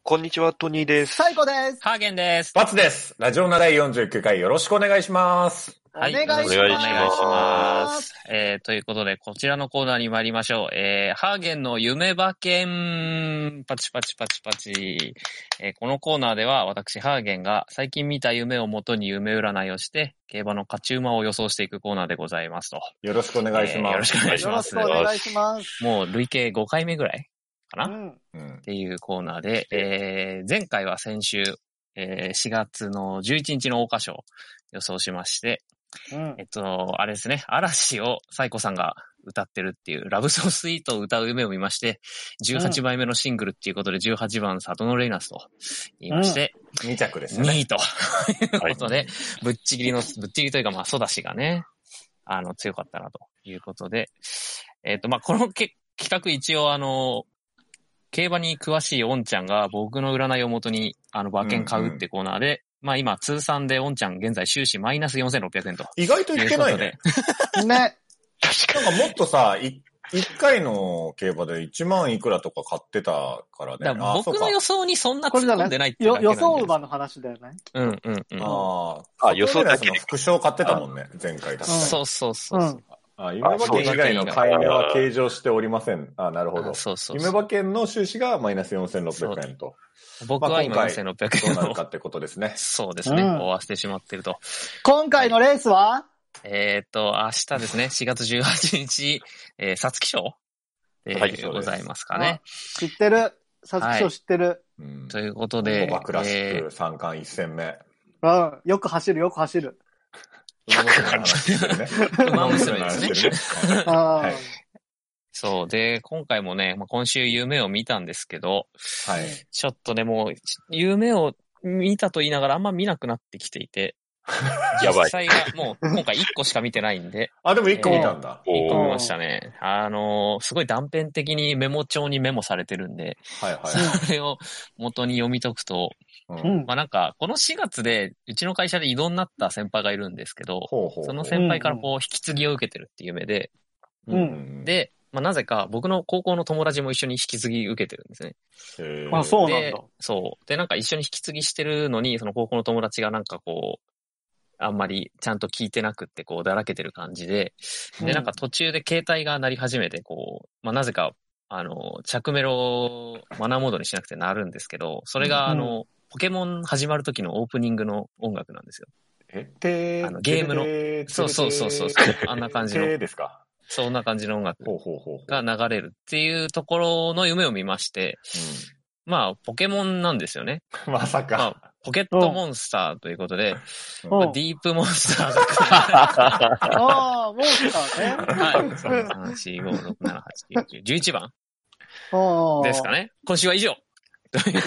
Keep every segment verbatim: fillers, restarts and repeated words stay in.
こんにちは、トニーです。 最後です。 ハーゲンです。 バツです。ラジオナだいよんじゅうきゅうかいよろしくお願いします。 はい。 お願いします。 お願いします。えー、ということで、こちらのコーナーに参りましょう。えー、ハーゲンの夢馬券、パチパチパチパチ。えー、このコーナーでは、私、ハーゲンが最近見た夢をもとに夢占いをして、競馬の勝ち馬を予想していくコーナーでございますと。 よろしくお願いします。えー、 よろしくお願いします。 よろしくお願いします。 もう累計ごかいめぐらいかな、 うん、 っていうコーナーで、えー、前回は先週、えー、しがつのじゅういちにちの桜花賞を予想しまして、うん、えっと、あれですね、嵐をサイコさんが歌ってるっていうラブソースイートを歌う夢を見まして、じゅうはちばいめのシングルっていうことでじゅうはちばんサトノレイナスと言いまして、 うん、にちゃくですね。 にいということで、ぶっちぎりの、ぶっちぎりというかまあ、ソダシがね、あの、強かったなということで、えっと、まあ、このけ企画一応あの、競馬に詳しいオンちゃんが僕の占いをもとに、あの、馬券買うってコーナーで、うんうん、まあ今、通算でオンちゃん現在収支マイナスよんせんろっぴゃくえんと。 意外といってないね。 ね。 なんかもっとさ、い一回の競馬でいちまんいくらとか買ってたからね。 だから僕の予想にそんな突っ込んでないってだけなん予想馬の話だよね。 うんうんうん。 ああ、予想だけで副賞買ってたもんね、前回だった。 そうそうそう。うんあ、夢馬券以外の買い値は計上しておりません。あ、なるほど。 そうそうそう。 夢馬券の収支がマイナスよんせんろっぴゃくえんと。 僕は今よんせんろっぴゃくえん。 どうなるかってことですね。 そうですね。終わせてしまってると。 今回のレースは、はい、 えっと、明日ですね、しがつじゅうはちにち、えー、皐月賞でございますかね。 知ってる。皐月賞知ってる。 はい、ということで。 オバクラシックさんかんいっせんめ。 うん。よく走る、よく走る。 馬娘ですね。はい。そう。で、今回もね、まあ、今週夢を見たんですけど、 はい。 ちょっとね、もう、夢を見たと言いながらあんま見なくなってきていて、 やばい。 実際がもう今回いっこしか見てないんで。 あ、でもいっこ見たんだ。 えー、いっこ見ましたね。あのー、すごい断片的にメモ帳にメモされてるんで、 はいはい。 それを元に読み解くと、うん、まあなんか、このしがつで、うちの会社で異動になった先輩がいるんですけど、ほうほうほう、その先輩からこう、引き継ぎを受けてるっていう夢で、うん、で、まあなぜか僕の高校の友達も一緒に引き継ぎ受けてるんですね。 へー。あ、そうなんだ。 そう。で、なんか一緒に引き継ぎしてるのに、その高校の友達がなんかこう、あんまりちゃんと聞いてなくってこう、だらけてる感じで、で、なんか途中で携帯が鳴り始めて、こう、まあなぜか、あの、着メロマナーモードにしなくてなるんですけど、それがあの、うん、ポケモン始まる時のオープニングの音楽なんですよ。 えてーあのゲームの。そうそうそうそう。あんな感じの。 てーですか。 そんな感じの音楽が流れるっていうところの夢を見まして、うん、まあ、ポケモンなんですよね。 まさか。 まあ、ポケットモンスターということで、まあ、ディープモンスターが来る。ああ、モンスターね。 はい。さん、さん、よん、ご、ろく、なな、はち、きゅう、じゅう、じゅういちばんですかね。今週は以上。 以上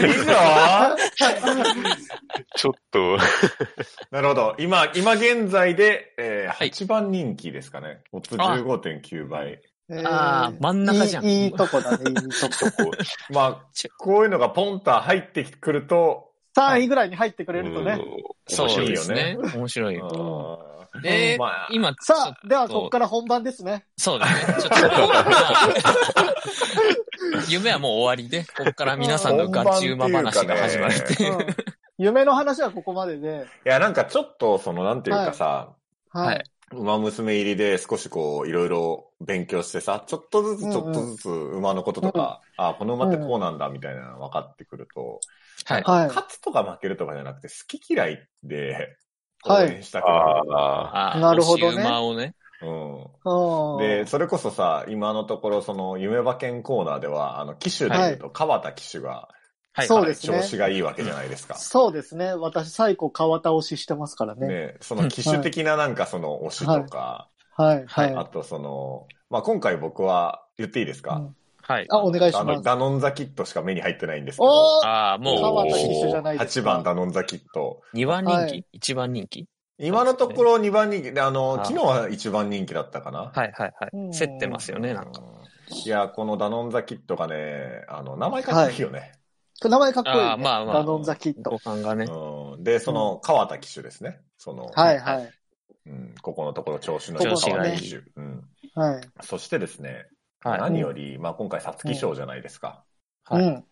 ちょっと。 なるほど。今、今現在で、えー、はちばん人気ですかね。オッズ じゅうごてんきゅうばい。 ああ、真ん中じゃん。 いい、いいとこだね、いいとこ。 まあ、こういうのがポンと入ってくると、 さんいぐらいに入ってくれるとね。 そうですね。面白いよ。で、まあ、今、 さあ、ではここから本番ですね。 そうですね。ちょっと、夢はもう終わりで、ここから皆さんのガチ馬話が始まるっていう。 夢の話はここまでで。 いや、なんかちょっと、その、なんていうかさ、 はい。はい、 馬娘入りで少しこう、いろいろ勉強してさ、ちょっとずつちょっとずつ馬のこととか、うんうん、あ、この馬ってこうなんだみたいなの分かってくると、 はい。 勝つとか負けるとかじゃなくて、好き嫌いで、応援したくなる。 ああ、 なるほどね。 馬をね。 うん。で、それこそさ、今のところその夢馬券コーナーでは、あの、騎手で言うと、川田騎手が、 はい、そうですね。 調子がいいわけじゃないですか。 そうですね。私、最高川田推ししてますからね。 ね、その騎手的ななんかその推しとか、 はい、はい。 あとその、まあ、今回僕は言っていいですか、うん、 はい。 あ、お願いします。あの、ダノンザキットしか目に入ってないんですけど。 おーああ、もう。 川田騎手じゃないですか。 はちばんダノンザキット。 にばん人気、はい、いちばん人気今のところにばん人気で、あの、昨日はいちばん人気だったかな。 はいはいはい。競ってますよね、なんか。 いや、このダノンザキットがね、あの、名前かっこいいよね。 はい、名前かっこいい、ね。 あまあまあ。 ダノンザキット。 五感がね。 うん。で、その、川田騎手ですね。その、 はいはい。 うん、ここのところ調子のいい川田騎手。うん。 はい。 そしてですね、はい、何より、まあ今回皐月賞じゃないですか。 はい。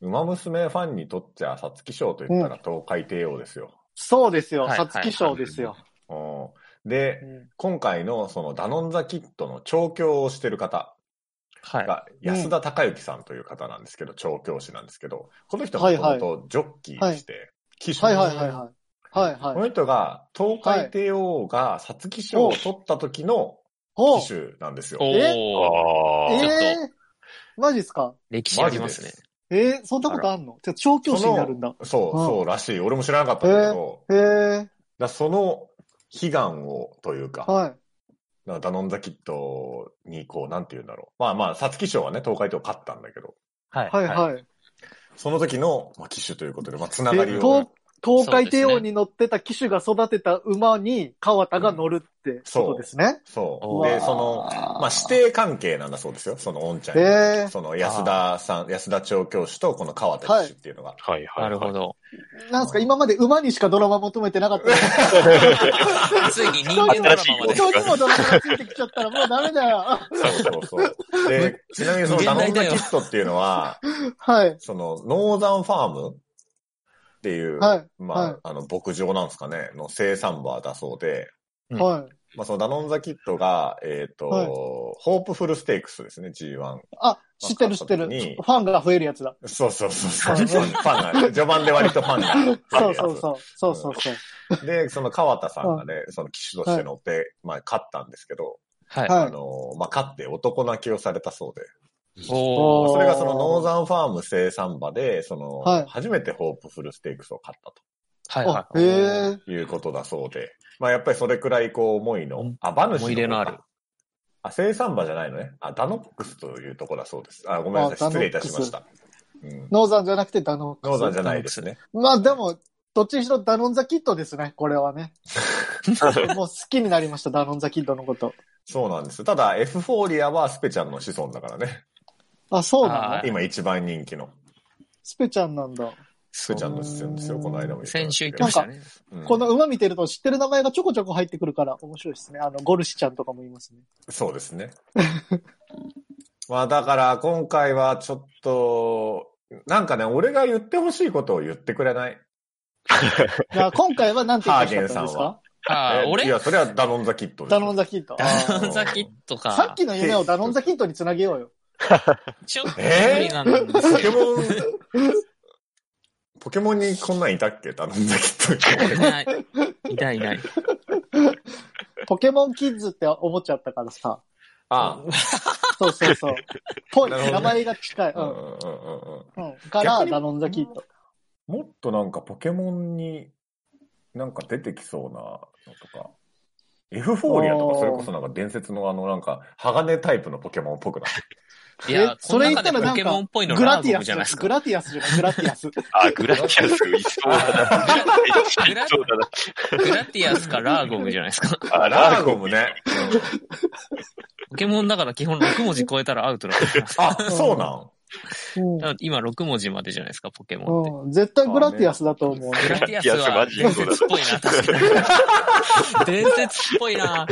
馬娘ファンにとっちゃ、皐月賞と言ったら東海帝王ですよ。 そうですよ。 はい皐月賞ですよ。 うん、で、 うん今回のそのダノンザキットの調教をしてる方はい。 が安田孝之さんという方なんですけど、調教師なんですけど、この人もはいはいともとジョッキーして、騎手はいなんですはいはいはい。はいこのはい。 人が東海帝王が皐月賞を取った時のほう騎手なんですよ。 おえー。 ああ。 ちょっとえー、マジっすか？ 歴史ありますねマジ。 えー、そんなことあんの？ちょっと調教師になるんだ。 そう、 うんそうらしい。俺も知らなかったんだけど、 へえだその悲願をというか、 ー、はい。 だダノンザキットにこう、なんて言うんだろう。まあまあ、皐月賞はね、東海帝王勝ったんだけど、 はい。 はいはい。 その時の、まあ、騎手ということで、まあ、つながりえを東、東海帝王そうですねに乗ってた騎手が育てた馬に川田が乗るってことですね。 そう。で、 うわーその、まあ、指定関係なんだそうですよ。そのオンちゃんに。 へえその安田さん、安田調教師とこの川田騎手っていうのが。 はいはい。 なるほ。ど。 なんすか、今まで馬にしかドラマ求めてなかったのに。 ついに人間ドラマまで。 人にもドラマがついてきちゃったらもうダメだよ。 そうそうそう。で、ちなみにそのダノンザキットっていうのは、 はい。 その、ノーザンファームっていう、 はいまはいあ、あの、牧場なんですかね、の生産馬だそうで、 うんはい。 まあ、そのダノンザキットが、えっ、と、 はいホープフルステークスですね、ジーワン。 あ、知ってる知ってる。フにァンが増えるやつだ。 そうそうそうそう。 はいファンファンが、序盤で割とファンが増えるやつ。 そうそうそう。そうそうそう。 で、その川田さんがね、その騎手として乗って、まあ、勝ったんですけど、 はい。 はいあの、まあ、勝って男泣きをされたそうで、 おー。 それがそのノーザンファーム生産馬で、その、 はい初めてホープフルステークスを勝ったはいはあ、 い。 へえ。 ということだそうで、まあ、やっぱりそれくらいこう思いの、あ、馬主の思い入れのある。 あ、生産馬じゃないのね。あ、ダノックスというところだそうです。あ、ごめんなさい。 あ失礼いたしました。うん。 ノーザンじゃなくてダノン。 ノーザンじゃないですね。 まあでも、どっちにしろダノンザキッドですね、これはね。もう好きになりました、ダノンザキッドのこと。 そうなんです。ただ、エフフォーリアはスペちゃんの子孫だからね。 あ、そうなのはい今一番人気の。 スペちゃんなんだ。 スペちゃんの子孫ですよ、この間も言ったん先週ですけど言ってましたね。 うんこの馬見てると知ってる名前がちょこちょこ入ってくるから面白いですね。あの、ゴルシちゃんとかもいますね。 そうですね。まあだから今回はちょっと、なんかね、俺が言ってほしいことを言ってくれない。 じゃあ今回は何て言ってほしかったんですかハーゲンさんはああ、俺えいや、それはダノンザキットですよ。 ダノンザキッド。 ダノンザキットか。 さっきの夢をダノンザキッドにつなげようよ。 ちょっと無え理なんでポすよ。 ケモン、ポケモンにこんなんいたっけダノンザキット。 いない。いないいない。 ポケモンキッズって思っちゃったからさ。 あそうそうそう。ぽい。 なるほどね名前が近い。 あ、ううんん。 うんうんうんうん。から、 逆にダノンザキッド。 もっとなんかポケモンになんか出てきそうなのとか。エフフォーリアとかそれこそなんか伝説のあのなんか鋼タイプのポケモンっぽくない？ いや、 それ言ったらなんポケモンっぽいのか、グラーゴラティアスムじゃないですか。 グラティアスじゃないグラティアス。 あ、グラティアスいそうだな。 グラそうだな。 グラティアスかラーゴムじゃないですか。 あ、 ララーゴーゴムね。 ポケモンだから基本ろく文字超えたらアウトだと思います。 あ、そうなんうん今ろく文字までじゃないですか、ポケモンって。 うん。絶対グラティアスだと思うね。 グラティアスはマジで伝そうだ説っぽいな、確かに。伝説っぽいな。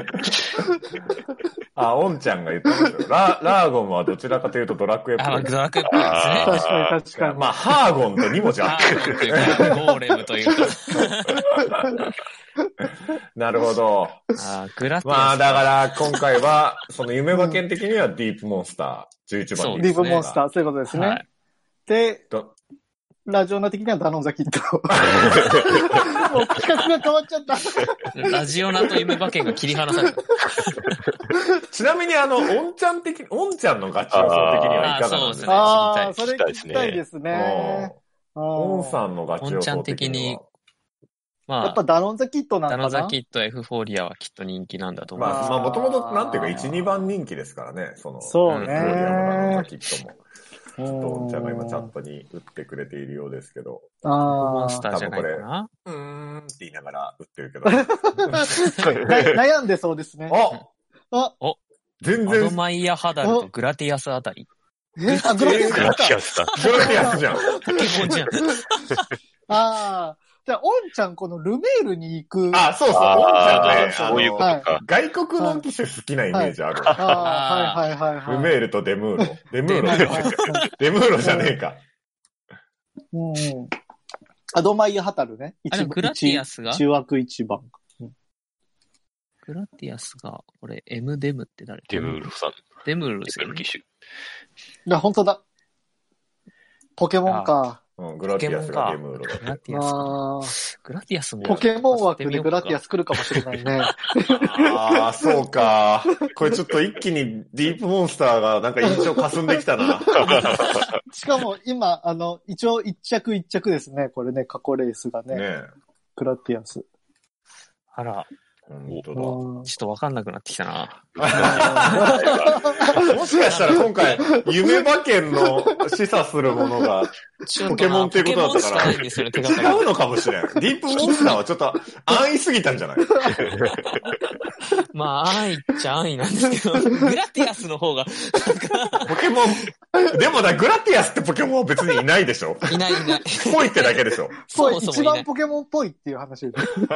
あ、オンちゃんが言ってますよ。ララーゴムはどちらかというとドラクエっぽあ、まあ、 い。 ドラクエっぽいですね。 確かに確かに。 まあ、ハーゴンとに文字あってハーゴンというか、ゴーレムというか。 なるほど。 あーグラティアス。 まあ、だから、今回は、その夢馬券的にはディープモンスター、じゅういちばんに。 ディープモンスター、そういうことですね。 はいで、 どラジオナ的にはダノンザキッド。もう企画が変わっちゃった。 ラジオナと夢馬券が切り離された。 ちなみに、あの、オンちゃん的、オンちゃんのガチ予想的にはいかがなんですか？ ああ、それ知りたいですね聞きたいですね。 オンさん。 んのガチ予想的には。 まやっぱあ、 ダノンザキッドなんダかなノザキット、エフフォーリアはきっと人気なんだと思いまあ、 ます。 まあ、もともと、なんていうか、いち、にばん人気ですからね、その、 そうねフォーリアもダノンザキットも。ちょっと、 うんオンちゃんが今チャットに打ってくれているようですけど、 モあンスターじゃないかな。 うーんって言いながら打ってるけど。 あ。な悩んでそうですね。 ああ、 全アド然、 マイヤハダルとグラティアスあたり。 え、あ、グラティアスグラティアスだ。 グラティアスじゃん。 ポケモンじゃん。 ああ。じゃあ、オンちゃん、このルメールに行く。 あ、そうそう、オンちゃんね、 ああ、そういうあのことか。 外国の機種好きなイメージある。 ああ、はいはいはいはい。 ルメールとデムーロ。デムーロはいじゃねえか。デムーロじゃねえか。 うん。アドマイヤハタルね。 あれグラティアスが中枠一番。 グラティアスが、これ、エム デムって誰？ デムウルフさん。 デムウルフですよね。 デムル機種。 いや、本当だ。ポケモンか。 うん、グラティアスがデムールだっグラて。 ティアスか。 あーグラティアスも。 ポケモン枠でグラティアス来るかもしれないね。 ああ、そうか。これちょっと一気にディープモンスターがなんか印象霞んできたな。 しかも今、あの、一応一着一着ですね。これね、過去レースがね。 ねえ。 グラティアス。 あら、 本当うんちょっとわかんなくなってきたな。 だ。もしかしたら今回、夢馬券の示唆するものがポケモンっていうことだったから、 ポケモンしかないんですよね、手がかり。 違うのかもしれん。ディープモンスターはちょっと安易すぎたんじゃない？ まあ、安易っちゃ安易なんですけど、グラティアスの方が、 ポケモン、でもだ、グラティアスってポケモンは別にいないでしょ？ いないいない。 ぽいってだけでしょ？ そう、 そもそもいない一番ポケモンっぽいっていう話。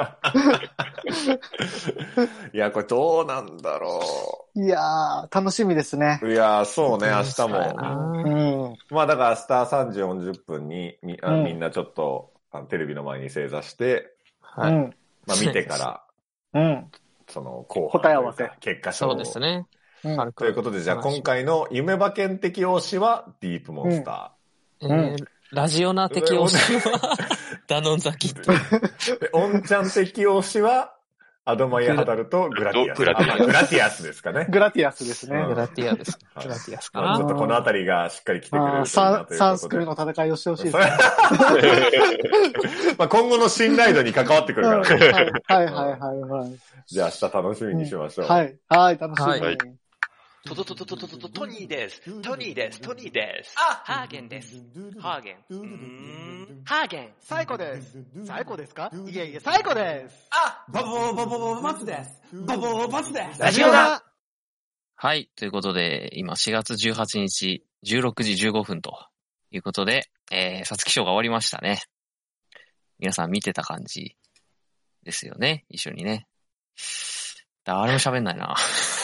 いや、これどうなんだろいやー、楽しみですね。 う。いや、そうね、明日そうやも。 なうん。 まあだから明日さんじよんじゅっぷんにみあうんみんなちょっとあのテレビの前に正座して、 はい。 うん。 まあ見てから、 うん。 その後半答え合わせ結果勝負をそうですね。 うん軽くということで、じゃあ今回の夢馬券的推しはディープモンスタえーラジオナ的推しは、ダノンザキット。 ー。で、オンちゃん的推しは、アドマイヤハタルとグラティアス。 グラティアスあまあグラティアスですかね。 グラティアスですね。 うんグラティアです。 はいグラティアスかまあちょっな。 とこのあたりがしっかり来てくれるといいなあーサン、 ということで。 サンスクルの戦いをしてほしいですそれね。 まあ今後の信頼度に関わってくるからね。 はいはいはいはいはい。 じゃあ明日楽しみにしましょう。 はい。はい、楽しみに。 はいトトトトトトトトトニーです。トニーです。トニーです。 あ、ハーゲンです。ハーゲン。うーん、ハーゲン。 最高です。最高ですかいえいえ、最高です。 あ、バボーバボーバツです。バボーバツです。 ラジオだ。 はい。ということで、今しがつじゅうはちにちじゅうろくじじゅうごふんということで、えー、皐月賞が終わりましたね。皆さん見てた感じですよね。一緒にね。誰も喋んないな。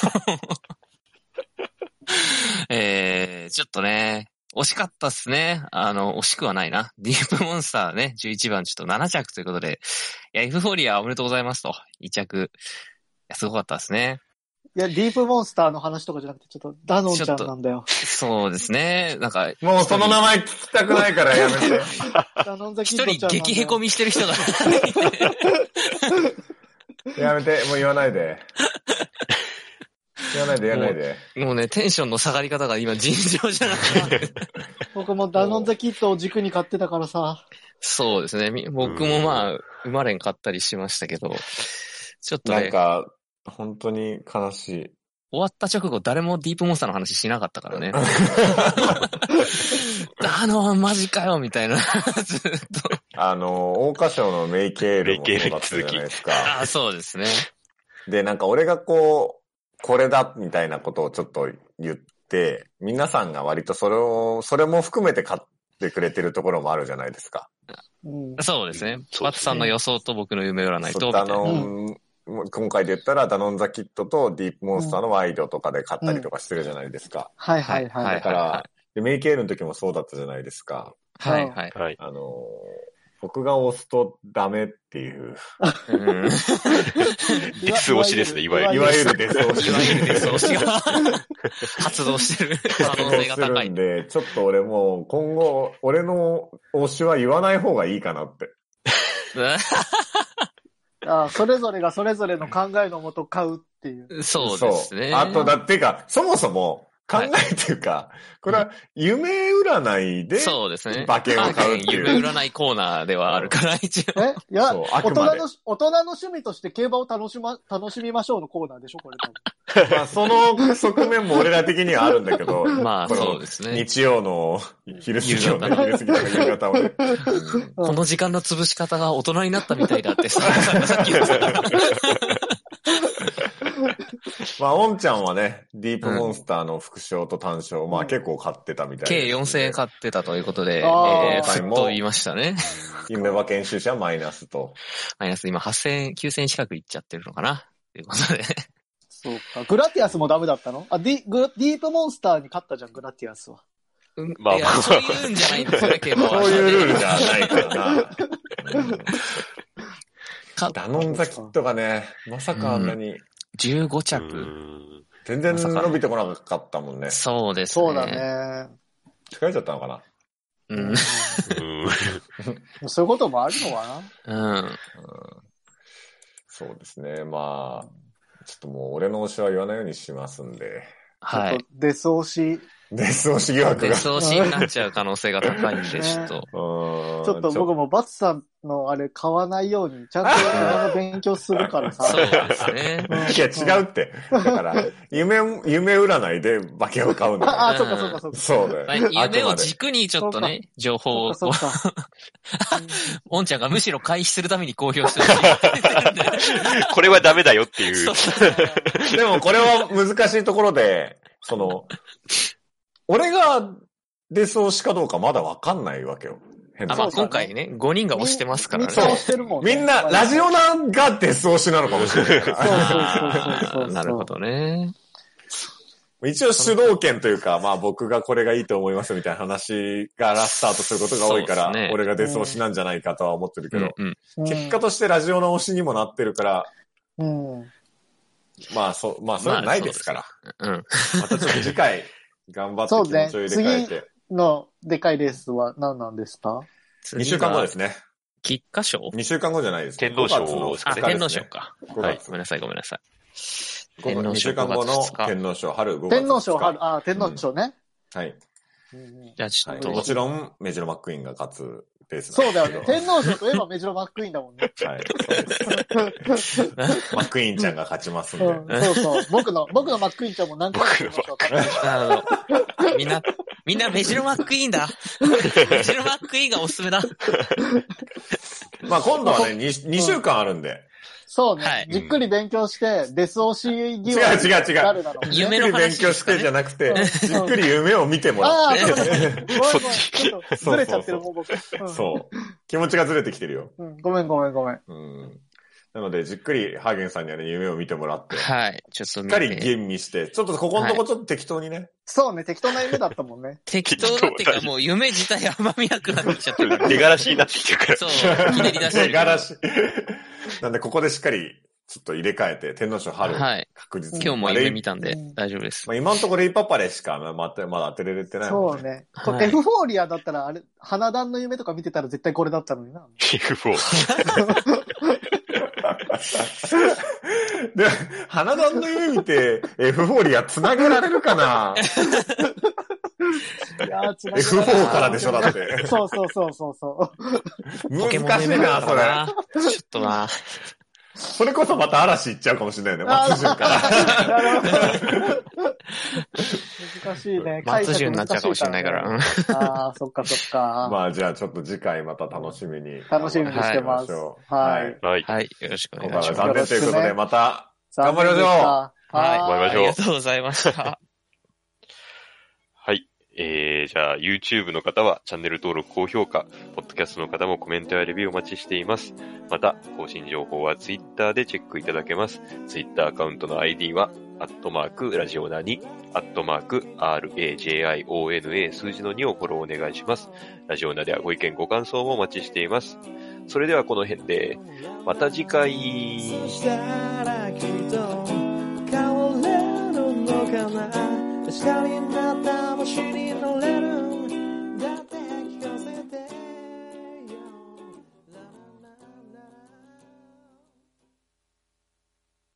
えー、ちょっとね、惜しかったっすね。あの、惜しくはないな。ディープモンスターね、じゅういちばんちょっとななちゃくということで、いや、エフフォーリアおめでとうございますと。いっちゃく。いや、すごかったですね。 いや、ディープモンスターの話とかじゃなくて、ちょっとダノンちゃんなんだよ。 そうですね。なんか、 もうその名前聞きたくないからやめて。 ダノンザキ一ッドちゃんなんだよ。 人激へこみしてる人が。 やめて、もう言わないで。言わないで、言わないで。 もうね、テンションの下がり方が今尋常じゃなくて。 僕もダノンザキッドを軸に買ってたからさ。 そうですね。み僕もまあ、生まれん買ったりしましたけど、ちょっとね、 なんか、本当に悲しい。 終わった直後誰もディープモンスターの話しなかったからね。あの、マジかよみたいな。ずっと。 あの、桜花賞のメイケールもそうだったじゃないですか。 ああ、そうですね。 で、なんか俺がこう、これだみたいなことをちょっと言って、皆さんが割とそれを、それも含めて買ってくれてるところもあるじゃないですか。 うん。 そうですね。 うんパツさんの予想と僕の夢占いと、 そうみたいな。 ダノン、今回で言ったらダノンザキットとディープモンスターのワイドとかで買ったりとかしてるじゃないですか。 はいはいはい。 だから、でメイケールの時もそうだったじゃないですか。 はいはい。 はい。 あのー、僕が押すとダメっていう、 うんデス推しですね、いわゆる。 いわゆるデス押しいわゆるデス推しが発動してる可能性がして高い。 るんで、ちょっと俺もう今後、俺の推しは言わない方がいいかなって。 ああ、それぞれがそれぞれの考えのもと買うっていう。 そうですね。 そうあと、だっていうか、そもそも考えっていうか、これは夢占いで、 そうですね。 馬券を買うっていう夢占いコーナーではあるから、一応。 えいや、 そうあ大人くまでの、大人の趣味として競馬を楽しま、楽しみましょうのコーナーでしょこれ多分。 まあ、その側面も俺ら的にはあるんだけど、 まあ、 このそうですね。 日曜の昼過ぎをね、 夕方昼過ぎとか夕方をね。 うんこの時間の潰し方が大人になったみたいだってさ、さっき言ってた。 まあ、オンちゃんはね、ディープモンスターの副賞と単賞、まあ結構買ってたみたいで。 計よんせんえん買ってたということで、 あーえー、ふっと言いましたね。 夢馬研修者マイナスと。 マイナス今はっせんえん、きゅうせんえん近くいっちゃってるのかなということで。 そうか。グラティアスもダメだったのあ、ディ、グラディープモンスターに勝ったじゃん、グラティアスは。 うんまあいや、そういうんじゃないんですよね、競馬は。 そういうルールじゃないからな。うんかダノンザキットがね、まさかあんなに、 じゅうごう着。 ん全然伸びてこなかったもんね。 そうですね。 そうだね。 疲れちゃったのかな。 うん。 うんそういうこともあるのかうん。 うんそうですね。まあ、ちょっともう俺の推しは言わないようにしますんで。 な。 はいちょっ。とデス押し。 デス推し疑惑が。 デス押しになっちゃう可能性が高いんで、ちょっと。 うんちょっと僕もバツさんのあれ買わないように、ちゃんと今の勉強するからさ。 そうですね。 いや、違うって。だから、夢、夢占いで馬券を買うんだよ。 あ、そっかそっかそっか。 そうだよ。 まあ夢をあくまで軸にちょっとね、情報を、 そっかそっか。 おんちゃんがむしろ回避するために公表してほしいって言ってるんで。 これはダメだよっていう。 そうそうそうでもこれは難しいところで、その、俺がデス推しかどうかまだわかんないわけよ。変なあ、まあそうだね今回ね、ごにんが押してますからね。 みんな押してるもんね。 みんな、ラジオなんがデス推しなのかもしれないから。 そうそうそうそうそう。 なるほどね。 一応主導権というか、まあ僕がこれがいいと思いますみたいな話からスタートすることが多いから、 そうですね俺がデス推しなんじゃないかとは思ってるけど、 うんうん。 結果としてラジオの推しにもなってるから、 うん。 まあそう、まあそれはないですから。 うん。 またちょっと次回、頑張って気そうね持ちを入れ替えて。 のでかいレースは何なんですか？ にしゅうかんごですね。 菊花賞にしゅうかんごじゃないです。 天皇賞あ、 ごがつのふつかですね天皇賞か。 ごがつはい。ごめんなさい、ごめんなさい。 ご天皇賞にしゅうかんごのごがつふつか天皇賞春ごがつふつか。 天皇賞春、あ、天皇賞ね。 はい。 うんうんじゃあちょはい。 っと、 もちろん、メジロマックイーンが勝つレースそうだよね。 なんですけど。 天皇賞といえばメジロマックイーンだもんね。 はい。そうです。マックイーンちゃんが勝ちますんで。 うん、そうそう。僕の、僕のマックイーンちゃんも何回も天皇賞勝ってあの、みんな、みんなメジロマックイーンだ。メジロマックイーンがおすすめだ。 まあ今度はね、にしゅうかんあるんで。 そうね、 はいじっくり勉強して、デス押し違う疑惑違う違う。 誰なのじっくり勉強してじゃなくて、じっくり夢を見てもらああ、 って。 そうだね。ごめんごめん。ちょっとずれちゃってるもん、僕。うんそう。気持ちがずれてきてるよ。 うん。ごめんごめんごめん。 うん。なので、じっくりハーゲンさんにはね、夢を見てもらって、しはい。ちょっと見っかりて。 吟味して、ちょっとここのとこちょっと適当にね。 そうね、適当な夢だったもんね。 適当だっていうかもう夢自体あんま見なくなってきちゃってるから。 出がらしになってきてるから。 そう、ひねり出してる。 手柄し。なんで、ここでしっかり、ちょっと入れ替えて、天皇賞春、 はい。 確実に。 今日も夢見たんでうん大丈夫ですま。あ、今のところレイパパレしか、まあ、まだまだ当てれてないもんそうね。 はいこれエフフォーリアだったら、あれ、花壇の夢とか見てたら絶対これだったのにな。 エフフォー。 で、花壇の夢見て、エフフォーリア繋げられるかないやー、つながエフフォー からでしょ、だって。 そうそうそうそうそポケモンの難しい夢だな、それ。 からな。ちょっとな。 それこそまた嵐行っちゃうかもしれないよね、松潤から。 う。なるほど。難しいね。 松潤になっちゃうかもしれないから。うんああ、そっかそっか。 まあ、じゃあちょっと次回また楽しみに。 楽しみにしてます。 はい。 はい。 はい。 はい。よろしくお今願いします。 回は残念ということで、 よろしくねまた、頑張りましょうう。 はい。 頑張りましょうありがとうございました。 はい。えー、じゃあ YouTube の方はチャンネル登録、高評価、ポッドキャストの方もコメントやレビューお待ちしています。また、更新情報は Twitter でチェックいただけます。Twitter アカウントの アイディー は、アットマーク、ラジオナに、アットマーク、アールエージェーアイオーエヌエー 数字のにをフォローお願いします。ラジオナではご意見ご感想もお待ちしています。それではこの辺で、また次回。 そしたらきっと変われるのかな確かにな